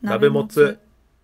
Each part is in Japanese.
鍋もつ。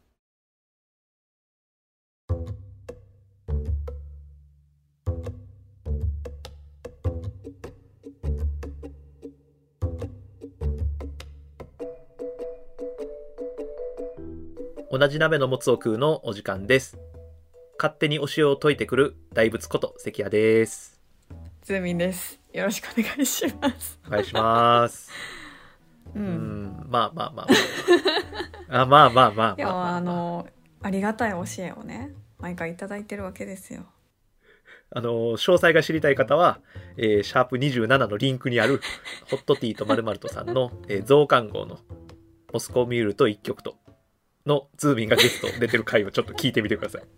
同じ鍋のもつを食うのお時間です。勝手にお塩を溶いてくる大仏こと関谷です。 ズーミンです。よろしくお願いします。 お願いします。まあまあまあまあまあまあまあいやまあありがたい教えをね毎回いただいてるわけですよ。 詳細が知りたい方は、シャープ27のリンクにあるホットティーとまるまるとさんの、増刊号のモスコミュールと一曲とのズーミンがゲスト出てる回をちょっと聞いてみてください。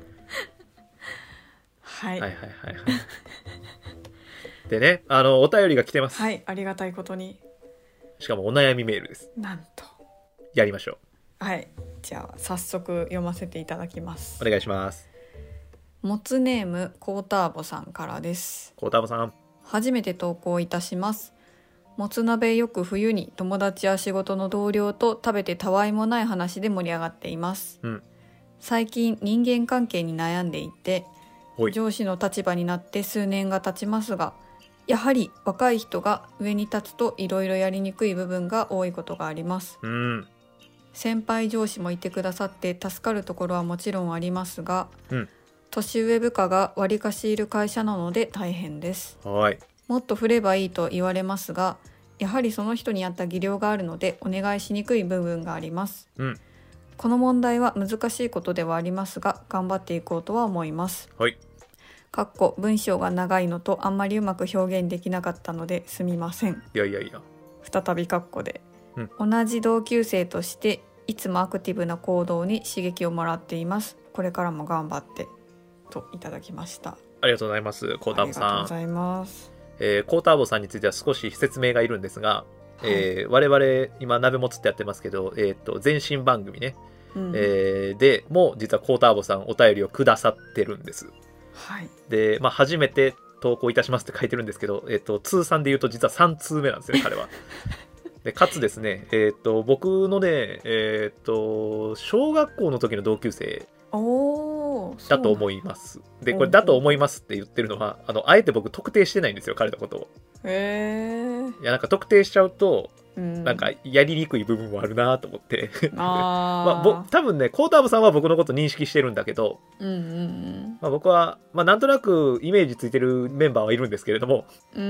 はいはいはいはいはい。でね、お便りが来てます。 はい、ありがたいことに。 しかもお悩みメールです。 なんと。 やりましょう。はい、じゃあ早速読ませていただきます。 お願いします。 もつネームコーターボさんからです。 コーターボさん、 初めて投稿いたします。もつ鍋よく冬に友達や仕事の同僚と食べてたわいもない話で盛り上がっています、最近人間関係に悩んでいて、上司の立場になって数年が経ちますが、やはり若い人が上に立つといろいろやりにくい部分が多いことがあります、先輩上司もいてくださって助かるところはもちろんありますが、年上部下がわりかしいる会社なので大変です。もっと振ればいいと言われますが、やはりその人に合った技量があるのでお願いしにくい部分があります、この問題は難しいことではありますが頑張っていこうとは思います。かっこ文章が長いのとあんまりうまく表現できなかったのですみません。 いやいやいや、 再びかっこで、同じ同級生としていつもアクティブな行動に刺激をもらっています。これからも頑張ってといただきました。 ありがとうございます。コーターボさん。 ありがとうございます。 コーターボさんについては少し説明がいるんですが、我々今鍋もつってやってますけど、前身番組ね、でも実はコーターボさんお便りをくださってるんです。で、初めて投稿いたしますって書いてるんですけど、通算で言うと実は3通目なんですよね彼は。でかつですね、僕のね、小学校の時の同級生だと思います。でこれだと思いますって言ってるのはあえて僕特定してないんですよ彼のことを。いやなんか特定しちゃうと、なんかやりにくい部分もあるなと思って多分ねコーターボさんは僕のこと認識してるんだけど、僕は、なんとなくイメージついてるメンバーはいるんですけれども、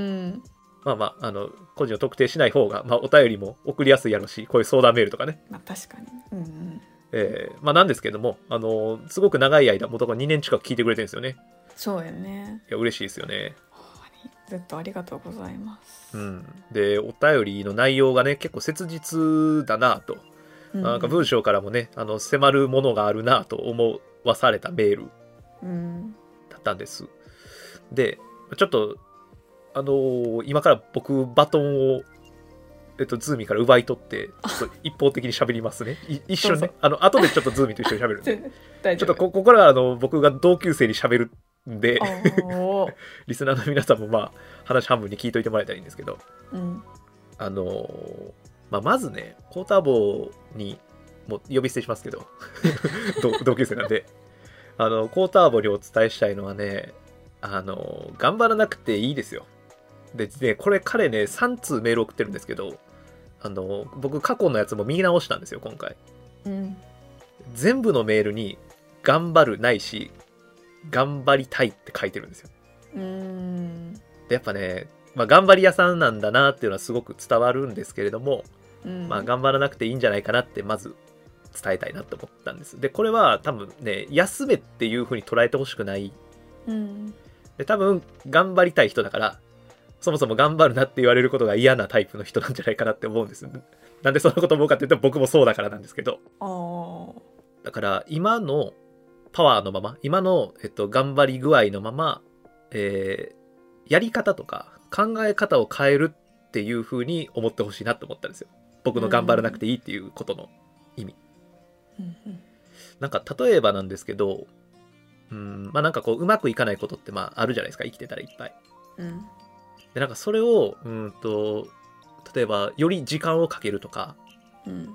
個人を特定しない方が、お便りも送りやすいやろうし、こういう相談メールとかね、 確かに、 なんですけども、すごく長い間もうだから2年近く聞いてくれてるんですよね。 そうやね。 いや嬉しいですよね。 ずっとありがとうございます。 でお便りの内容がね結構切実だなと、なんか文章からもね迫るものがあるなと思わされたメールだったんです。でちょっと今から僕バトンをズーミンから奪い取って一方的に喋りますね。一緒にね後でちょっとズーミンと一緒に喋るんでちょっとここからは僕が同級生に喋るんでリスナーの皆さんも話半分に聞いといてもらえたらいいんですけど、まずねコーターボにもう呼び捨てしますけど同級生なんでコーターボにお伝えしたいのはね頑張らなくていいですよ。でねこれ彼ね3通メール送ってるんですけど僕過去のやつも見直したんですよ今回、全部のメールに頑張るないし頑張りたいって書いてるんですよ。でやっぱね、頑張り屋さんなんだなっていうのはすごく伝わるんですけれども、頑張らなくていいんじゃないかなってまず伝えたいなと思ったんです。でこれは多分ね休めっていう風に捉えてほしくない、で多分頑張りたい人だからそもそも頑張るなって言われることが嫌なタイプの人なんじゃないかなって思うんです。なんでそんなこと思うかって言うと僕もそうだからなんですけど、だから今のパワーのまま今の、頑張り具合のまま、やり方とか考え方を変えるっていう風に思ってほしいなと思ったんですよ。僕の頑張らなくていいっていうことの意味、なんか例えばなんですけど、なんかこううまくいかないことってあるじゃないですか、生きてたらいっぱい、でなんかそれを例えばより時間をかけるとか、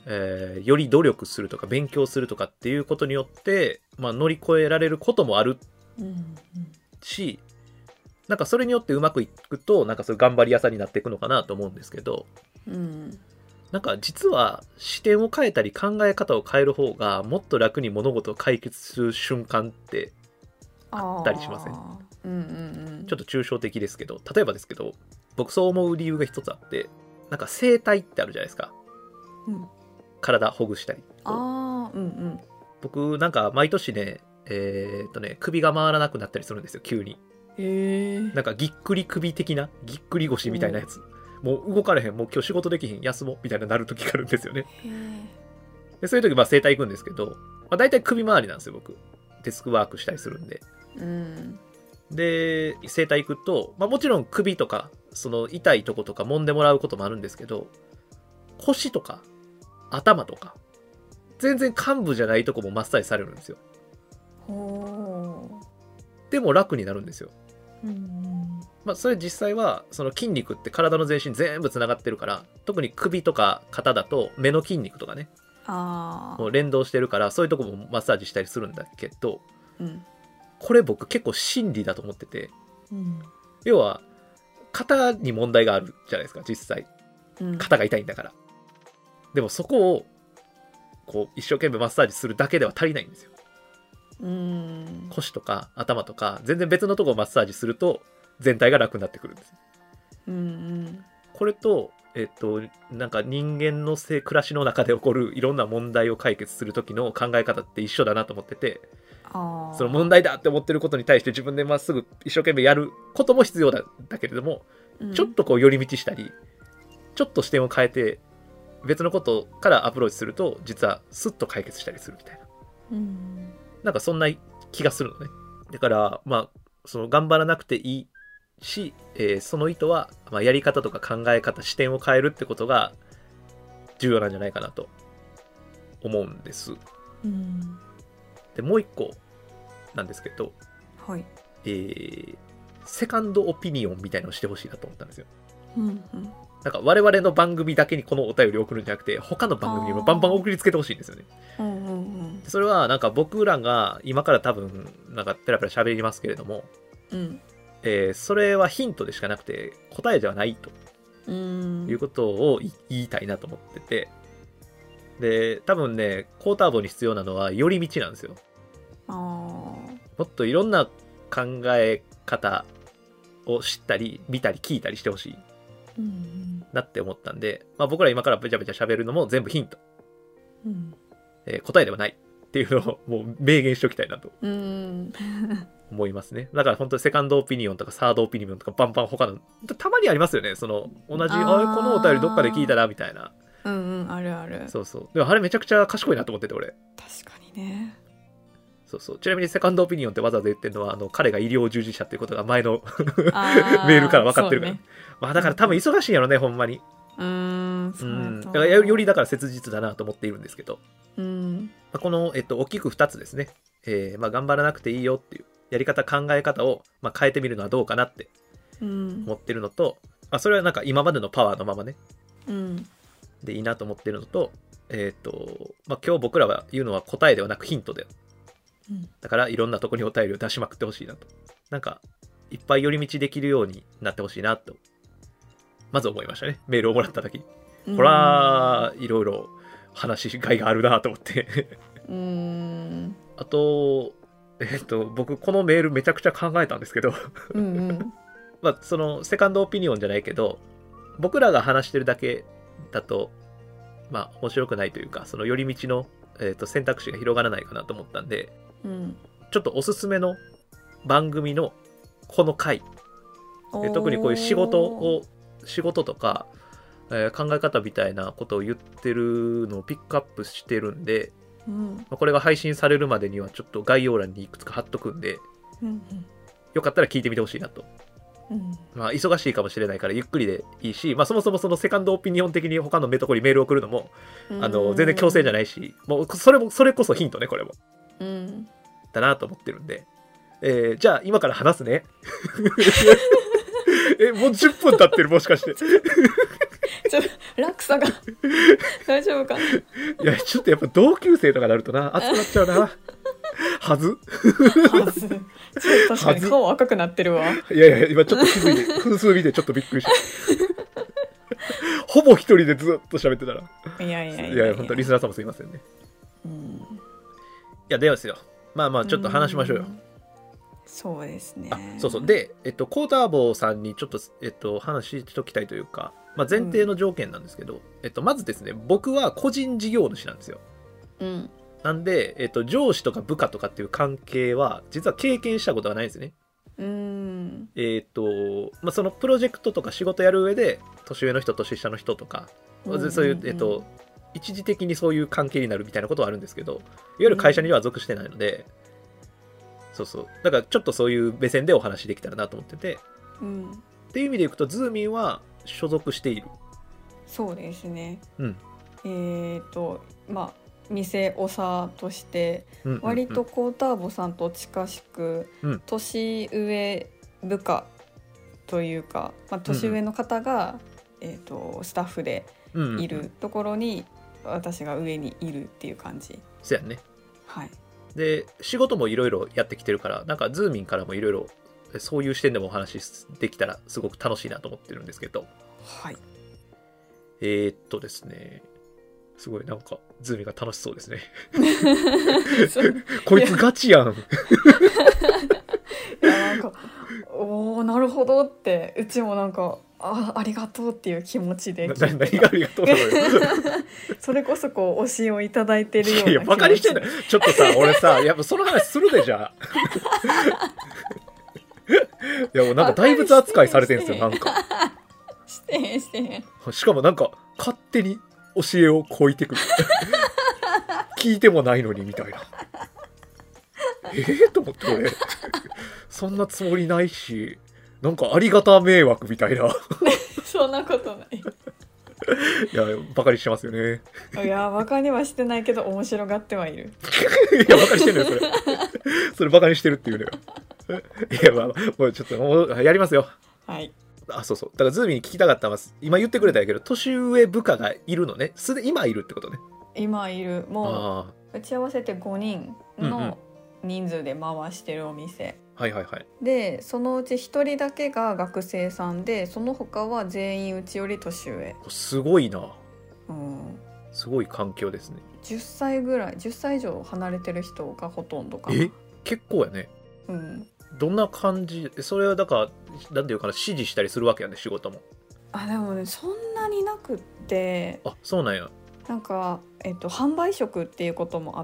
より努力するとか勉強するとかっていうことによって、乗り越えられることもあるし、なんかそれによってうまくいくとなんかそういう頑張り屋さんになっていくのかなと思うんですけど、なんか実は視点を変えたり考え方を変える方がもっと楽に物事を解決する瞬間ってあったりしません？ちょっと抽象的ですけど、例えばですけど、僕そう思う理由が一つあって、なんか整体ってあるじゃないですか、体ほぐしたり。僕なんか毎年ね首が回らなくなったりするんですよ、急に。なんかぎっくり首的な、ぎっくり腰みたいなやつ、もう動かれへん、もう今日仕事できへん、休もうみたいななる時があるんですよね。でそういう時整体行くんですけど、大体首周りなんですよ、僕デスクワークしたりするんで。で整体行くと、もちろん首とかその痛いとことか揉んでもらうこともあるんですけど、腰とか頭とか全然幹部じゃないとこもマッサージされるんですよ。でも楽になるんですよ。それ実際はその筋肉って体の全身全部つながってるから、特に首とか肩だと目の筋肉とかね、もう連動してるから、そういうとこもマッサージしたりするんだけど、これ僕結構真理だと思ってて、要は肩に問題があるじゃないですか、実際肩が痛いんだから。でもそこをこう一生懸命マッサージするだけでは足りないんですよ。腰とか頭とか全然別のところをマッサージすると全体が楽になってくるんです。これとなんか人間の暮らしの中で起こるいろんな問題を解決する時の考え方って一緒だなと思ってて、その問題だって思ってることに対して自分でまっすぐ一生懸命やることも必要だけれども、ちょっとこう寄り道したり、ちょっと視点を変えて別のことからアプローチすると実はスッと解決したりするみたいな、なんかそんな気がするのね。だからその頑張らなくていいし、その意図は、やり方とか考え方、視点を変えるってことが重要なんじゃないかなと思うんです。でもう一個なんですけど、セカンドオピニオンみたいなのをしてほしいなと思ったんですよ。なんか我々の番組だけにこのお便りを送るんじゃなくて、他の番組にもバンバン送りつけてほしいんですよね。それはなんか僕らが今から多分なんかペラペラ喋りますけれども、それはヒントでしかなくて答えではないということを言いたいなと思ってて、で多分ね、コーターボに必要なのは寄り道なんですよ。もっといろんな考え方を知ったり見たり聞いたりしてほしいなって思ったんで、僕ら今からべちゃべちゃ喋るのも全部ヒント、答えではないっていうのをもう明言しておきたいなと思いますね。だから本当にセカンドオピニオンとかサードオピニオンとかバンバン他のたまにありますよね。その同じこのお便りどっかで聞いたらみたいな。 あるある。 そうそう。でもあれめちゃくちゃ賢いなと思ってて、俺。 確かにね。 そうそう。ちなみにセカンドオピニオンってわざわざ言ってるのは彼が医療従事者っていうことが前のメールから分かってるから、ね。だから多分忙しいんやろね、ほんまに。だからよりだから切実だなと思っているんですけど、この、大きく2つですね、頑張らなくていいよっていうやり方、考え方を、変えてみるのはどうかなって思ってるのと、それはなんか今までのパワーのままね、でいいなと思ってるのと、今日僕らは言うのは答えではなくヒントで、だからいろんなとこにお便りを出しまくってほしいなと、なんかいっぱい寄り道できるようになってほしいなとまず思いましたね、メールをもらった時に。ほらいろいろ話しがいがあるなと思ってあと僕このメールめちゃくちゃ考えたんですけどそのセカンドオピニオンじゃないけど、僕らが話してるだけだと面白くないというか、その寄り道の、選択肢が広がらないかなと思ったんで、ちょっとおすすめの番組のこの回、特にこういう仕事とか、考え方みたいなことを言ってるのをピックアップしてるんで、これが配信されるまでにはちょっと概要欄にいくつか貼っとくんで、よかったら聞いてみてほしいなと。忙しいかもしれないからゆっくりでいいし、そもそもそのセカンドオピニオン的に他のとこにメールを送るのも全然強制じゃないし、もうそれこそヒントね、これも、だなと思ってるんで、じゃあ今から話すねもう10分経ってる、もしかしてちょっと落差が大丈夫かな。 いやちょっとやっぱ同級生とかなるとな熱くなっちゃうなはずはず。ちょっと確かに顔赤くなってるわ。 いやいや今ちょっと気づいて分数見てちょっとびっくりしたほぼ一人でずっと喋ってたらいや本当リスナーさんもすいませんね。いやではですよ、まあまあちょっと話しましょうよ。 そうですね。 そうそうで、コーターボーさんにちょっと、話しておきたいというか、まあ、前提の条件なんですけど、まずですね僕は個人事業主なんですよ。なんで、上司とか部下とかっていう関係は実は経験したことがないんですね。まあ、そのプロジェクトとか仕事やる上で年上の人年下の人とか、そういう、一時的にそういう関係になるみたいなことはあるんですけど、いわゆる会社には属してないので、そうそうだからちょっとそういう目線でお話できたらなと思ってて、っていう意味でいくとズーミンは所属している。 そうですね。まあ店長として割とコーターボさんと近しく、年上部下というか、まあ、年上の方が、スタッフでいるところに私が上にいるっていう感じ。 そうやね。 はい。 で仕事もいろいろやってきてるから、なんかズーミンからもいろいろそういう視点でもお話しできたらすごく楽しいなと思ってるんですけど、 はい。 ですね、すごいなんかズーミンが楽しそうですねこいつガチやんいやなんかおーなるほどって、うちもなんかありがとうっていう気持ちで何がありがとうなのよそれこそこう推しをいただいてるような気持ち。 いやバカにしてんだよちょっとさ俺さやっぱその話するでじゃあいやもうなんか大仏扱いされてんすよなんかしてへんしかもなんか勝手に教えをこいてくる聞いてもないのにみたいなと思って俺そんなつもりないし、なんかありがた迷惑みたいなそんなことないいやバカにしてますよね。 いやバカにはしてないけど面白がってはいるいやバカにしてるのよそれバカにしてるっていうのよいやまあもうちょっともうやりますよ。 はい。 そうだからズーミンに聞きたかったのは今言ってくれたんやけど、年上部下がいるのね。今いるってことね。 今いる。もう打ち合わせて5人の人数で回してるお店、 はいはいはい。 でそのうち1人だけが学生さんで、その他は全員うちより年上。 すごいな。すごい環境ですね。 10歳以上離れてる人がほとんどかな。 結構やね。どんな感じ？それはだからなんていうかな、指示したりするわけやね、仕事も。 でもねそんなになくって。 そうなんや。 なんか、販売職っていうこともあって、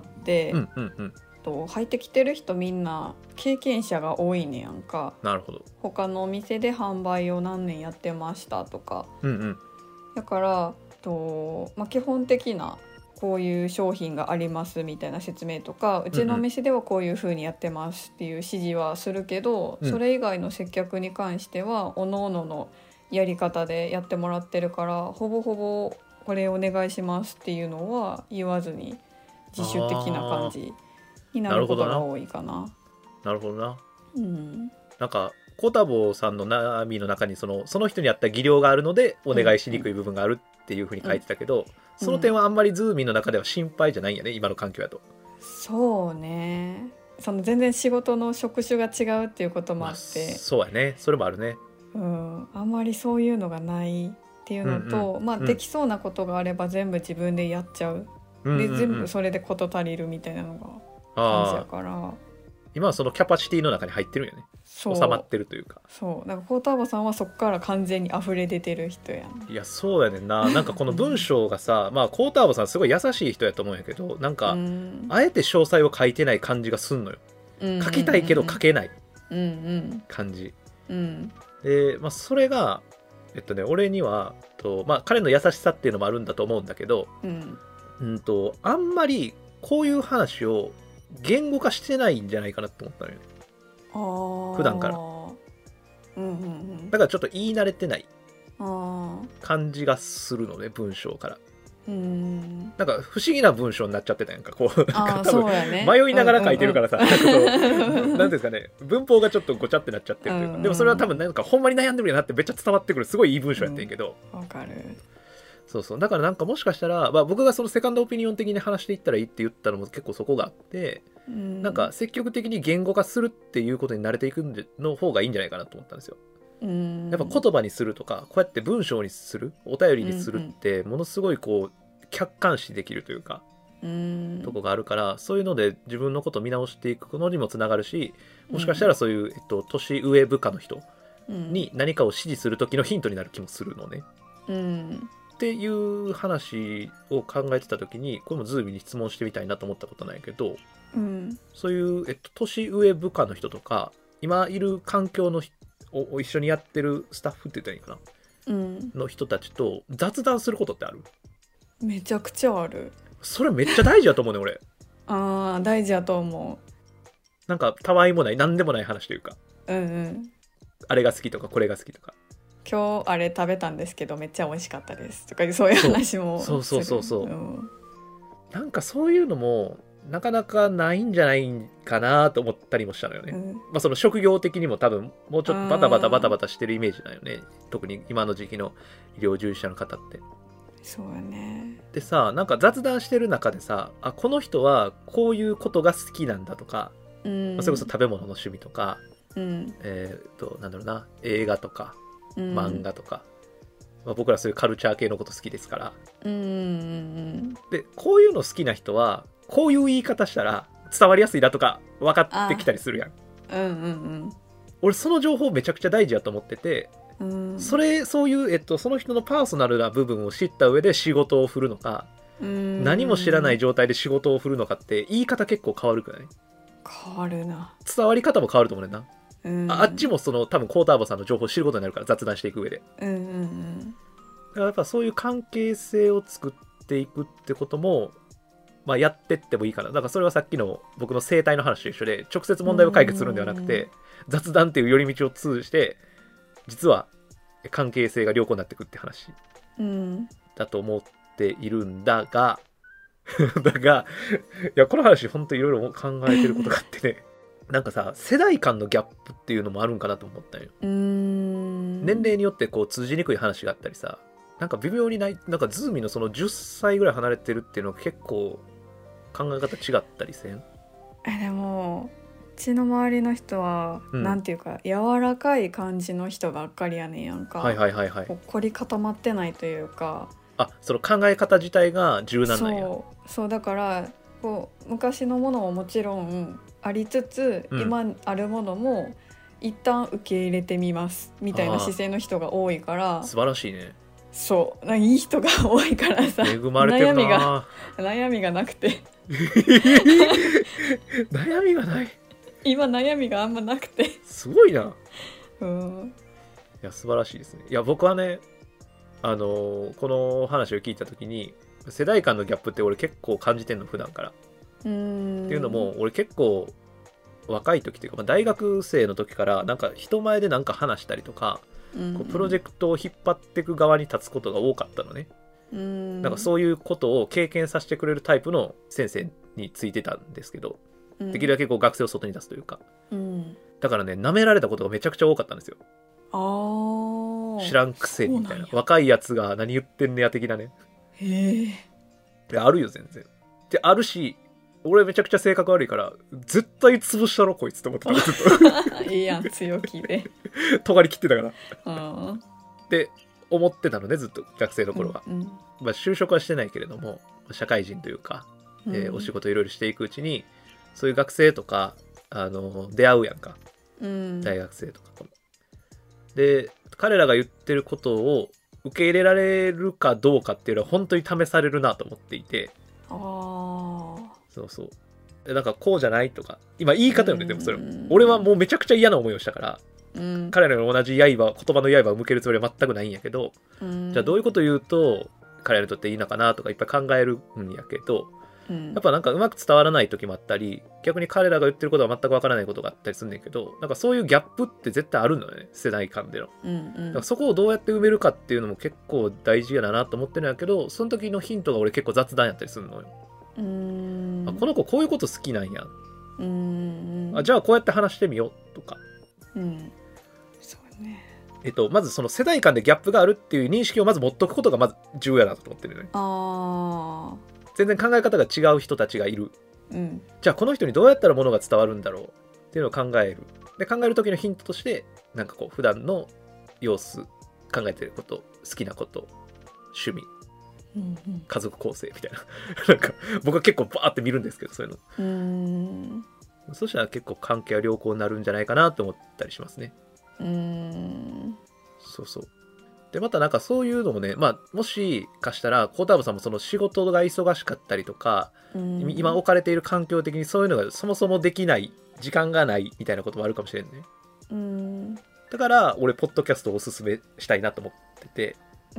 入ってきてる人みんな経験者が多いねやんか。 なるほど。 他のお店で販売を何年やってましたとか、だから基本的なこういう商品がありますみたいな説明とか、うちのお店ではこういう風にやってますっていう指示はするけど、それ以外の接客に関しては各々のやり方でやってもらってるから、ほぼほぼこれお願いしますっていうのは言わずに自主的な感じになることが多いかな。 なるほどな。なんかコタボさんの悩みの中にその人に合った技量があるのでお願いしにくい部分があるっていうふうに書いてたけど、その点はあんまりズーミンの中では心配じゃないんやね、今の環境やと。 そうね。全然仕事の職種が違うっていうこともあって、 そうやね、それもあるね。 あんまりそういうのがないっていうのと、できそうなことがあれば全部自分でやっちゃう、で全部それで事足りるみたいなのが感じやから、 今はそのキャパシティの中に入ってるんよね。収まってるというか。 そうなんかコーターボさんはそこから完全に溢れ出てる人やん。 いやそうやねんな。なんかこの文章がさコーターボさんすごい優しい人やと思うんやけど、なんかあえて詳細を書いてない感じがすんのよ。書きたいけど書けない感じ、で、それが俺には彼の優しさっていうのもあるんだと思うんだけど、あんまりこういう話を言語化してないんじゃないかなって思ったのよね、普段から。だからちょっと言い慣れてない感じがするのね、文章から。なんか不思議な文章になっちゃってたやんか、こう多分迷いながら書いてるからさ、なんていうんですかね、文法がちょっとごちゃってなっちゃってるというか、でもそれは多分なんかほんまに悩んでるやなってめっちゃ伝わってくる、すごいいい文章やってんけど、 わかる。 そうそう。だからなんかもしかしたら、まあ、僕がそのセカンドオピニオン的に話していったらいいって言ったのも結構そこがあって、なんか積極的に言語化するっていうことに慣れていくの方がいいんじゃないかなと思ったんですよ。やっぱ言葉にするとか、こうやって文章にする、お便りにするってものすごいこう客観視できるというか、とこがあるから、そういうので自分のことを見直していくのにもつながるし、もしかしたらそういう、年上部下の人に何かを指示する時のヒントになる気もするのね。っていう話を考えてた時に、これもズーミに質問してみたいなと思ったことないけど、そういう、年上部下の人とか今いる環境のを一緒にやってるスタッフって言ったらいいかな、の人たちと雑談することってある？ めちゃくちゃある。 それめっちゃ大事だと思うね俺。 ああ、大事だと思う。 なんかたわいもない何でもない話というか、あれが好きとかこれが好きとか、 今日あれ食べたんですけどめっちゃ美味しかったですとか、そういう話もそう、なんかそういうのもなかなかないんじゃないかなと思ったりもしたのよね。まあその職業的にも多分もうちょっとバタバタしてるイメージだよね。特に今の時期の医療従事者の方って。 そうよね。 でさ、なんか雑談してる中でさ、あ、この人はこういうことが好きなんだとか、それこそ食べ物の趣味とか、なんだろうな、映画とか漫画とか、まあ、僕らそういうカルチャー系のこと好きですから、でこういうの好きな人はこういう言い方したら伝わりやすいなとか分かってきたりするやん。俺その情報めちゃくちゃ大事やと思ってて、そういう、その人のパーソナルな部分を知った上で仕事を振るのか、何も知らない状態で仕事を振るのかって言い方結構変わるくない？ 変わるな。 伝わり方も変わると思うねんな。あっちもその多分コーターボさんの情報を知ることになるから、雑談していく上で、だからやっぱそういう関係性を作っていくってことも、まあ、やってってもいいかな。だからそれはさっきの僕の生態の話と一緒で、直接問題を解決するんではなくて、雑談っていう寄り道を通じて実は関係性が良好になっていくって話だと思っているんだがいやこの話本当いろいろ考えてることがあってねなんかさ、世代間のギャップっていうのもあるんかなと思ったんよ。年齢によってこう通じにくい話があったりさ、なんか微妙にない、なんかズーミのその10歳ぐらい離れてるっていうのが結構考え方違ったりせん？ でもうちの周りの人は、なんていうか柔らかい感じの人ばっかりやねんやんか。凝り固まってないというか、 その考え方自体が柔軟なんや。 そうだからこう昔のものももちろんありつつ、今あるものも一旦受け入れてみますみたいな姿勢の人が多いから。 素晴らしいね。 そういい人が多いからさ、 恵まれてるな。 悩みがなくて悩みがない。 今悩みがあんまなくてすごいな。 いや素晴らしいですね。いや僕はね、この話を聞いた時に世代間のギャップって俺結構感じてんの普段から。っていうのも俺結構若い時っていうか、大学生の時からなんか人前でなんか話したりとか、こうプロジェクトを引っ張っていく側に立つことが多かったのね。なんかそういうことを経験させてくれるタイプの先生についてたんですけど、できるだけこう学生を外に出すというか、だからね舐められたことがめちゃくちゃ多かったんですよ。知らんくせにみたいな、若いやつが何言ってんねや的なね。あるよ全然。であるし、俺めちゃくちゃ性格悪いから絶対潰したろこいつと思ってたずっといいや強気で尖り切ってたからって思ってたのね、ずっと学生の頃は。まあ、就職はしてないけれども社会人というか、お仕事いろいろしていくうちにそういう学生とか出会うやんか、大学生とかとも。で彼らが言ってることを受け入れられるかどうかっていうのは本当に試されるなと思っていて、そうなんかこうじゃないとか今言い方よね。でもそれ俺はもうめちゃくちゃ嫌な思いをしたから、彼らの同じ言葉の刃を向けるつもりは全くないんやけど、じゃあどういうこと言うと彼らにとっていいのかなとかいっぱい考えるんやけど、やっぱなんかうまく伝わらない時もあったり、逆に彼らが言ってることは全くわからないことがあったりするんだけど、なんかそういうギャップって絶対あるのよね、世代間での。だからそこをどうやって埋めるかっていうのも結構大事やなと思ってるんやけど、その時のヒントが俺結構雑談やったりするのよ。この子こういうこと好きなんや、じゃあこうやって話してみようとか、 そうね。 まずその世代間でギャップがあるっていう認識をまず持っとくことがまず重要だなと思ってるよね。全然考え方が違う人たちがいる、じゃあこの人にどうやったらものが伝わるんだろうっていうのを考える。で考える時のヒントとしてなんかこう普段の様子、考えてること、好きなこと、趣味、家族構成みたいななんか僕は結構バーって見るんですけど、そういうのそしたら結構関係は良好になるんじゃないかなと思ったりしますね。そうそう。でまたなんかそういうのもね、まあもしかしたらコーターボさんもその仕事が忙しかったりとか、今置かれている環境的にそういうのがそもそもできない、時間がないみたいなこともあるかもしれんね。だから俺ポッドキャストをおすすめしたいなと思ってて、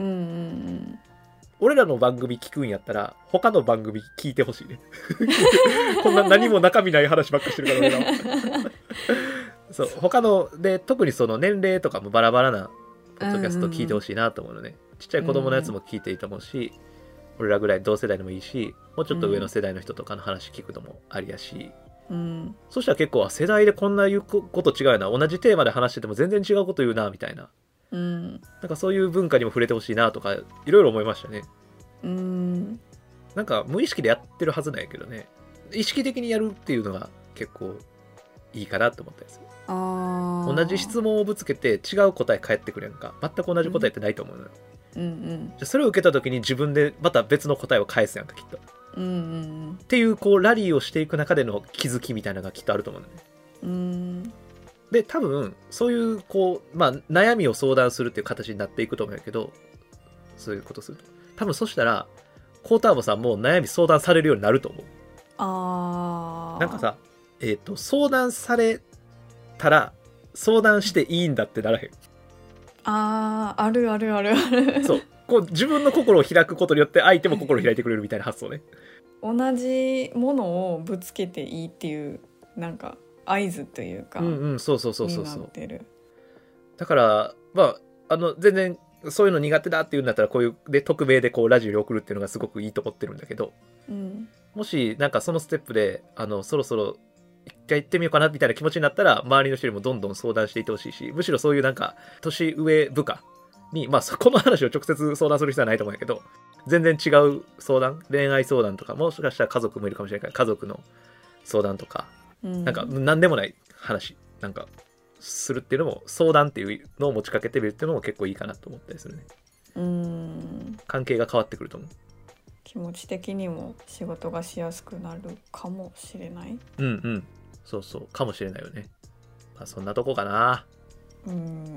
俺らの番組聞くんやったら他の番組聞いてほしいねこんな何も中身ない話ばっかしてるから俺らはそう他ので特にその年齢とかもバラバラなポッドキャスト聞いてほしいなと思うのね。ちっちゃい子供のやつも聞いていいと思うし、俺らぐらい同世代でもいいし、もうちょっと上の世代の人とかの話聞くのもありやし、そしたら結構世代でこんな言うこと違うよな、同じテーマで話してても全然違うこと言うなみたいな、なんかそういう文化にも触れてほしいなとかいろいろ思いましたね。なんか無意識でやってるはずなんやけどね、意識的にやるっていうのが結構いいかなと思ったんですよ。同じ質問をぶつけて違う答え返ってくるやんか。全く同じ答えってないと思うのよ。じゃあそれを受けた時に自分でまた別の答えを返すやんかきっと。っていうこうラリーをしていく中での気づきみたいなのがきっとあると思うのね。で多分そういうこう、まあ、悩みを相談するっていう形になっていくと思うんやけど、そういうことすると多分そしたらコーターボさんも悩み相談されるようになると思う。なんかさ、相談されたら相談していいんだってならへん。 あるあるあるあるそう、こう自分の心を開くことによって相手も心を開いてくれるみたいな発想ね。 同じものをぶつけていいっていうなんか合図というか、 そうになってる。だからまあ全然そういうの苦手だっていうんだったらこういうで匿名でこうラジオに送るっていうのがすごくいいと思ってるんだけど、もしなんかそのステップでそろそろ一回行ってみようかなみたいな気持ちになったら周りの人にもどんどん相談していってほしいし、むしろそういうなんか年上部下にまあこの話を直接相談する必要はないと思うんやけど、全然違う相談、恋愛相談とか、もしかしたら家族もいるかもしれないから家族の相談とか、なんか何でもない話なんかするっていうのも、相談っていうのを持ちかけてみるっていうのも結構いいかなと思ったりするね。関係が変わってくると思う。 気持ち的にも仕事がしやすくなるかもしれない。 そうそうかもしれないよね。まあそんなとこかな。真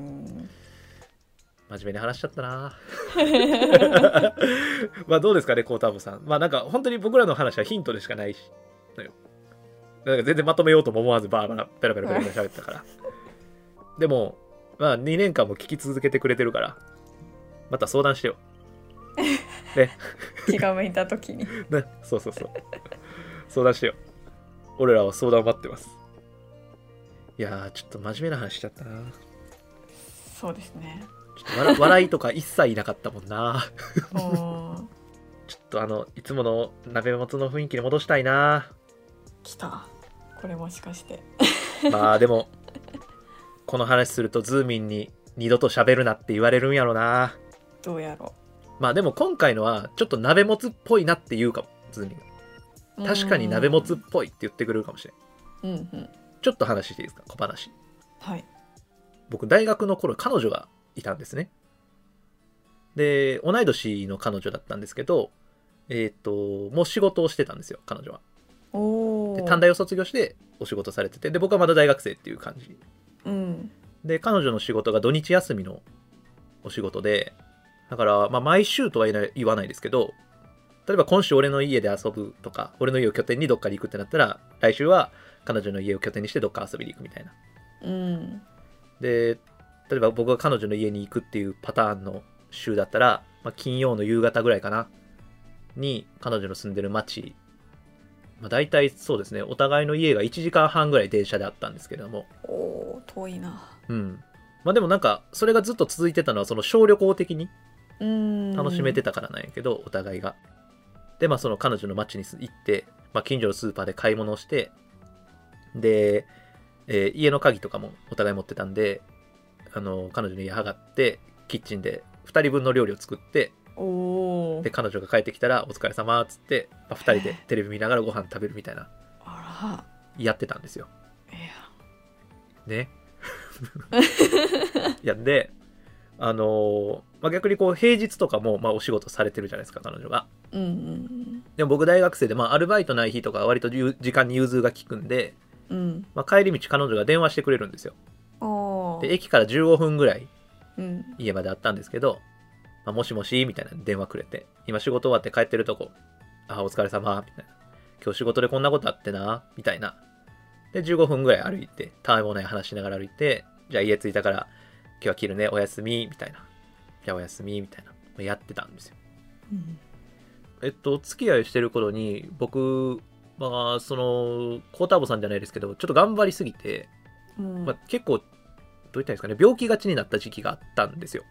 面目に話しちゃったなまあどうですかねコーターボさん。まあなんか本当に僕らの話はヒントでしかないしのよ。なんか全然まとめようとも思わずバーバラペラペラペラペラ喋ったからでもまあ2年間も聞き続けてくれてるからまた相談してよね気が向いた時にね、そう相談してよ。俺らは相談待ってます。いやーちょっと真面目な話しちゃったな。 そうですね。 ちょっと笑いとか一切いなかったもんなちょっといつもの鍋元の雰囲気に戻したいな。 来たこれもしかしてまあでもこの話するとズーミンに二度と喋るなって言われるんやろな。 どうやろう。まあでも今回のはちょっと鍋もつっぽいなって言うかも。ズーミンが確かに鍋もつっぽいって言ってくれるかもしれん。ちょっと話していいですか。小話。 はい。 僕大学の頃彼女がいたんですね。で同い年の彼女だったんですけど、もう仕事をしてたんですよ彼女は。で短大を卒業してお仕事されてて、で僕はまだ大学生っていう感じ、で彼女の仕事が土日休みのお仕事で、だから、まあ、毎週とは言わないですけど、例えば今週俺の家で遊ぶとか、俺の家を拠点にどっかに行くってなったら、来週は彼女の家を拠点にしてどっか遊びに行くみたいな。で例えば僕が彼女の家に行くっていうパターンの週だったら、まあ、金曜の夕方ぐらいかなに彼女の住んでる町、まあ、大体そうですね、お互いの家が1時間半ぐらい電車であったんですけれども。 遠いな。 まあでもなんかそれがずっと続いてたのはその小旅行的に楽しめてたからなんやけど、お互いが。でまあその彼女の町に行って、まあ、近所のスーパーで買い物をして、で、家の鍵とかもお互い持ってたんで、 彼女の家上がってキッチンで2人分の料理を作って、 おで彼女が帰ってきたらお疲れ様っつって、2人でテレビ見ながらご飯食べるみたいなあらやってたんですよ。 いやねいやで逆にこう平日とかもお仕事されてるじゃないですか彼女が。 うんうん、 でも僕大学生で、アルバイトない日とか割と時間に融通が利くんで、 うん帰り道彼女が電話してくれるんですよ。で駅から15分ぐらい家まであったんですけど、もしもしみたいな電話くれて、今仕事終わって帰ってるとこ、お疲れ様みたいな、今日仕事でこんなことあってなみたいな。で15分ぐらい歩いて、たわいもない話しながら歩いて、じゃあ家着いたから今日は切るね、おやすみみたいな、じゃあおやすみみたいなやってたんですよ。付き合いしてる頃に僕そのコーターボさんじゃないですけど、ちょっと頑張りすぎて、結構どう言ったらいいですかね、病気がちになった時期があったんですよ。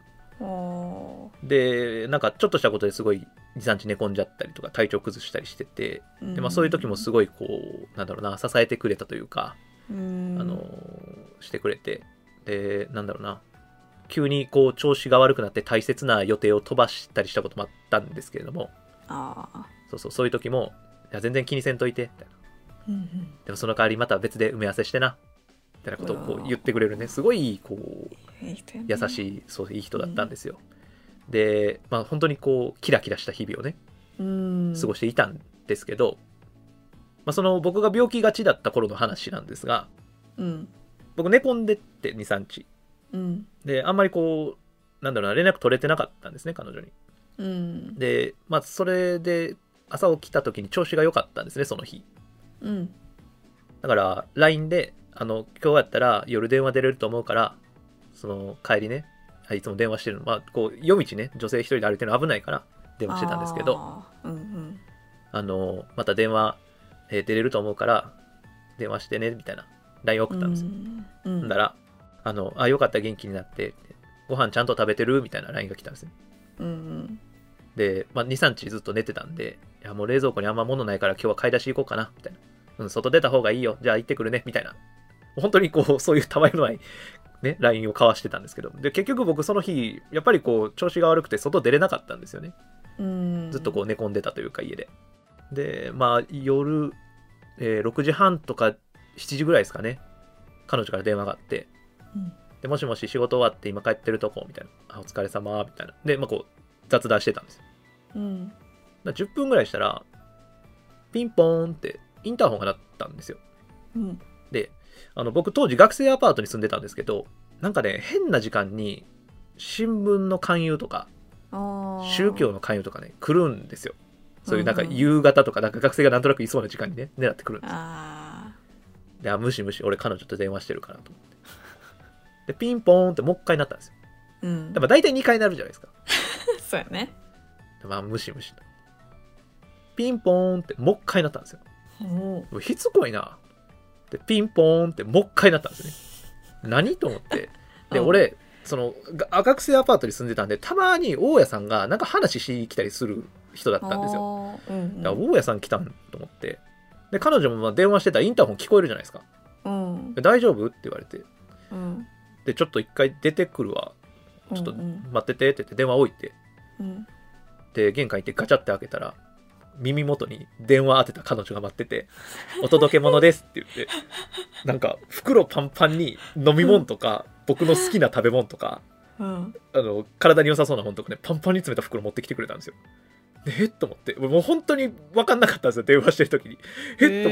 でなんかちょっとしたことですごい 2,3 日寝込んじゃったりとか体調崩したりしてて、でそういう時もすごいこうなんだろうな、支えてくれたというか、してくれて、でなんだろうな、急にこう調子が悪くなって大切な予定を飛ばしたりしたこともあったんですけれども、そういう時もいや全然気にせんといてみたいな、でもその代わりまた別で埋め合わせしてなみたいなことをこう言ってくれるね、すごいこう優しい、いい人だったんですよ。で本当にこうキラキラした日々をね過ごしていたんですけど、その僕が病気がちだった頃の話なんですが、僕寝込んでって 2,3 日、であんまりこうなんだろうな、連絡取れてなかったんですね彼女に。でそれで朝起きた時に調子が良かったんですねその日。だから LINE で今日やったら夜電話出れると思うからその帰りね、いつも電話してるの、こう夜道ね、女性一人で歩いてるの危ないから電話してたんですけど、また電話、出れると思うから電話してねみたいな LINE 送ったんですよ。だからよかった元気になってご飯ちゃんと食べてるみたいな LINE が来たんですね。で、2、3日ずっと寝てたんで、いやもう冷蔵庫にあんま物ないから今日は買い出し行こうかなみたいな、外出た方がいいよ、じゃあ行ってくるねみたいな、本当にこうそういうたわいのないね LINE を交わしてたんですけど、で結局僕その日やっぱりこう調子が悪くて外出れなかったんですよね。ずっとこう寝込んでたというか家で。で夜、6時半とか7時ぐらいですかね、彼女から電話があって、でもしもし仕事終わって今帰ってるとこみたいな、お疲れ様みたいなで、こう雑談してたんですよ。10分ぐらいしたらピンポーンってインターホンが鳴ったんですよ。で僕当時学生アパートに住んでたんですけど、なんかね変な時間に新聞の勧誘とか宗教の勧誘とかね来るんですよ。そういうなんか夕方とか、なんか学生がなんとなくいそうな時間にね狙ってくるんですよ。で無視俺彼女と電話してるからと思ってでピンポーンってもう一回なったんですよ。で大体2回なるじゃないですか。 そうやね。 無視ピンポーンってもう一回なったんですよ。しつこいな。でピンポーンってもう一回なったんですよね。何と思って、で俺その学生アパートに住んでたんで、たまに大家さんがなんか話しに来たりする人だったんですよ。だから大家さん来たんと思って、で彼女も電話してたらインターホン聞こえるじゃないですか。大丈夫って言われて、でちょっと一回出てくるわ、ちょっと待っててって言って電話置いて、で玄関行ってガチャって開けたら耳元に電話当てた彼女が待ってて、お届け物ですって言って、なんか袋パンパンに飲み物とか、僕の好きな食べ物とか、体に良さそうな本とかね、パンパンに詰めた袋持ってきてくれたんですよ。でと思って、もう本当に分かんなかったんですよ、電話してる時に。と思って、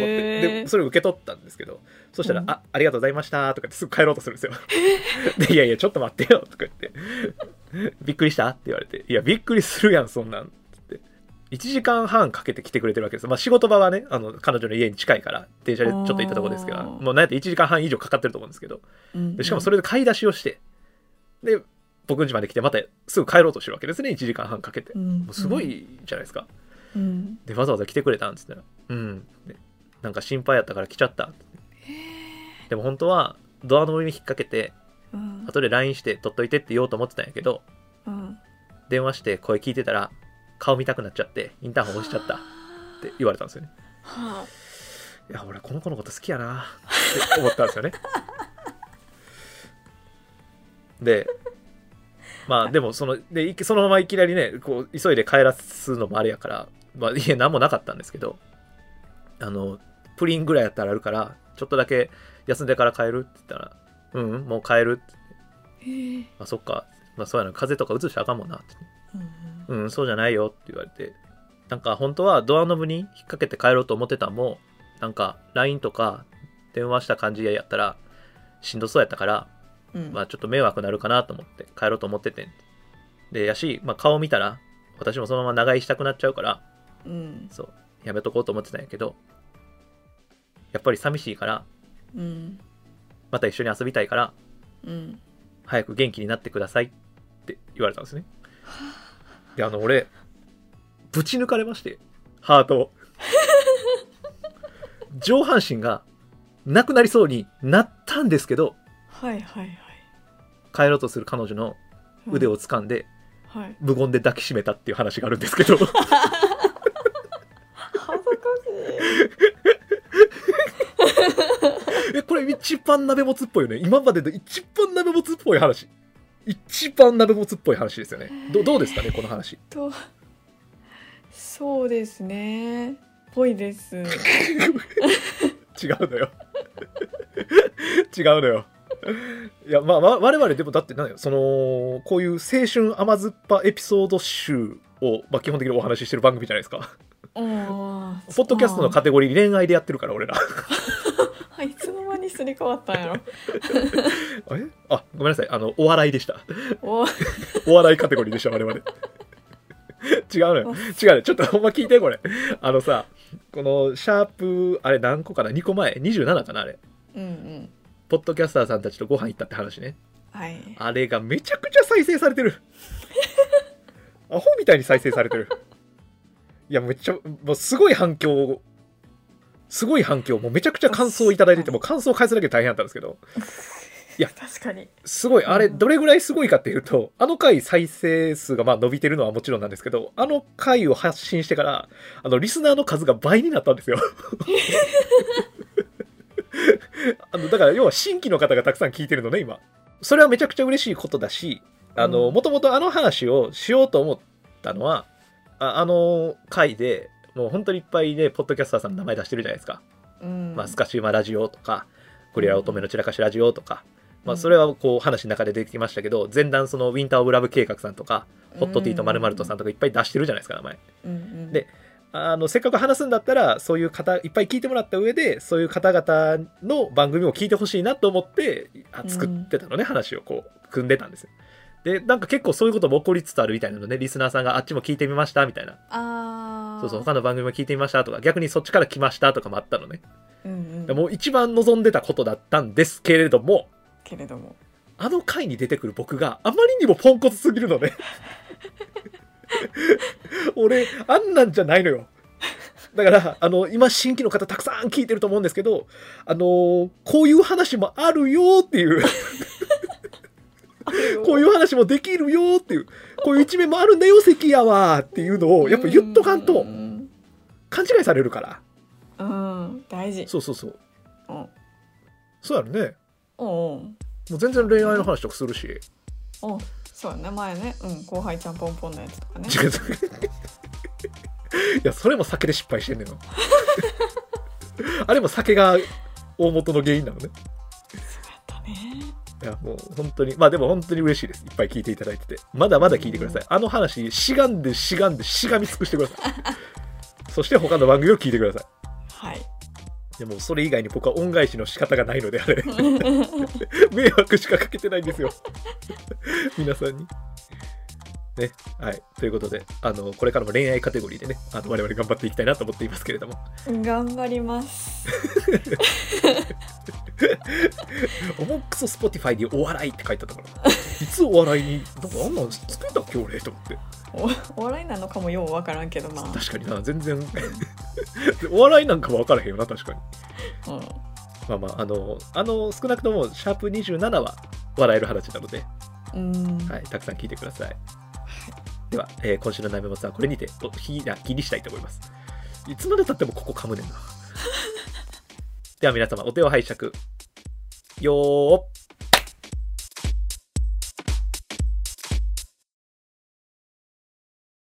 でそれを受け取ったんですけど、そしたら、ありがとうございましたとかってすぐ帰ろうとするんですよ。でいやちょっと待ってよとか言ってびっくりしたって言われて、いやびっくりするやんそんなんって1時間半かけて来てくれてるわけです。仕事場はね彼女の家に近いから電車でちょっと行ったところですけど、もうなんやって1時間半以上かかってると思うんですけど、でしかもそれで買い出しをして、で僕ん家まで来てまたすぐ帰ろうとしてるわけですね、1時間半かけて。もうすごいじゃないですか。でわざわざ来てくれたんですって言ったら、でなんか心配やったから来ちゃったって。でも本当はドアの上に引っ掛けて、後で LINE して取っといてって言おうと思ってたんやけど、電話して声聞いてたら顔見たくなっちゃってインターホン押しちゃったって言われたんですよね。いや俺この子のこと好きやなって思ったんですよね。 でまあでもそのままいきなりねこう急いで帰らすのもあれやから、まあ家何もなかったんですけど、プリンぐらいやったらあるからちょっとだけ休んでから帰るって言ったら、もう帰るって、あそっか、まあそうやな、風邪とかうつしたらあかんもんなって、そうじゃないよって言われて、なんか本当はドアノブに引っ掛けて帰ろうと思ってたんも、なんか LINE とか電話した感じやったらしんどそうやったから、まあちょっと迷惑なるかなと思って帰ろうと思っててんで、やし、まあ、顔見たら私もそのまま長居したくなっちゃうから、そうやめとこうと思ってたんやけど、やっぱり寂しいから、また一緒に遊びたいから、早く元気になってくださいって言われたんですね。で俺ぶち抜かれまして、ハートを上半身がなくなりそうになったんですけど、帰ろうとする彼女の腕を掴んで、無言で抱きしめたっていう話があるんですけど恥ずかしいこれ一番鍋もつっぽいよね。今までで一番鍋もつっぽい話、一番鍋もつっぽい話ですよね。どうですかねこの話。 そうですね、ぽいです。違うのよ違うのよ。いやまあ我々でもだってこういう青春甘酸っぱエピソード集を、まあ、基本的にお話ししてる番組じゃないですか。ポッドキャストのカテゴリー恋愛でやってるから俺らいつの間にすり替わったんやろあ、ごめんなさい、お笑いでしたお笑いカテゴリーでした我々違うのよ、違うね、ちょっとほんま聞いてこれ。さ、このシャープあれ何個かな、2個前27かなあれ、ポッドキャスターさんたちとご飯行ったって話ね、あれがめちゃくちゃ再生されてるアホみたいに再生されてる。いやめっちゃもうすごい反響、もうめちゃくちゃ感想いただいてて、も感想返すだけ大変だったんですけど、いや確かにすごい、あれどれぐらいすごいかっていうと、回再生数がまあ伸びてるのはもちろんなんですけど、回を発信してからリスナーの数が倍になったんですよだから要は新規の方がたくさん聞いてるのね今。それはめちゃくちゃ嬉しいことだし、もともと話をしようと思ったのは回でもう本当にいっぱいねポッドキャスターさんの名前出してるじゃないですか、まあ、スカシウマラジオとかゴリラ乙女の散らかしラジオとか、まあ、それはこう話の中で出てきましたけど、前段ウィンターオブラブ計画さんとかホットティーとまるまるとさんとかいっぱい出してるじゃないですか名前、でせっかく話すんだったらそういう方いっぱい聞いてもらった上で、そういう方々の番組を聞いてほしいなと思って作ってたのね、話をこう組んでたんですよ。でなんか結構そういうことも起こりつつあるみたいなのね、リスナーさんがあっちも聞いてみましたみたいな、そう他の番組も聞いてみましたとか、逆にそっちから来ましたとかもあったのね、もう一番望んでたことだったんですけれども回に出てくる僕があまりにもポンコツすぎるのね俺あんなんじゃないのよ。だから今新規の方たくさん聞いてると思うんですけど、こういう話もあるよっていうこういう話もできるよっていう、こういう一面もあるんだよ関谷はっていうのをやっぱ言っとかんと勘違いされるから。 大事。 そう、そうやるね。もう全然恋愛の話とかするし。 そうやね、前ね、後輩ちゃんポンポンのやつとかね。 いやそれも酒で失敗してんねんのあれも酒が大元の原因なのね。 そうやったね。 いやもう本当に、まあでも本当に嬉しいです。いっぱい聞いていただいてて、まだまだ聞いてください。話しがみ尽くしてくださいそして他の番組を聞いてください。でもそれ以外に僕は恩返しの仕方がないのであれ迷惑しかかけてないんですよ皆さんにね。ということでこれからも恋愛カテゴリーでね我々頑張っていきたいなと思っていますけれども、 頑張ります重くそ Spotify にお笑いって書いてあったからいつお笑いになんかあんなんつけたっけ俺と思って、 お笑いなのかもようわからんけどな。 確かにな、全然お笑いなんかもわからへんよな確かに、まあまあ少なくともシャープ27は笑える話なので、たくさん聞いてください。では、今週の悩み物はこれにてお開きにしたいと思います。いつまでたってもここ噛むねんなでは皆様お手を拝借よー。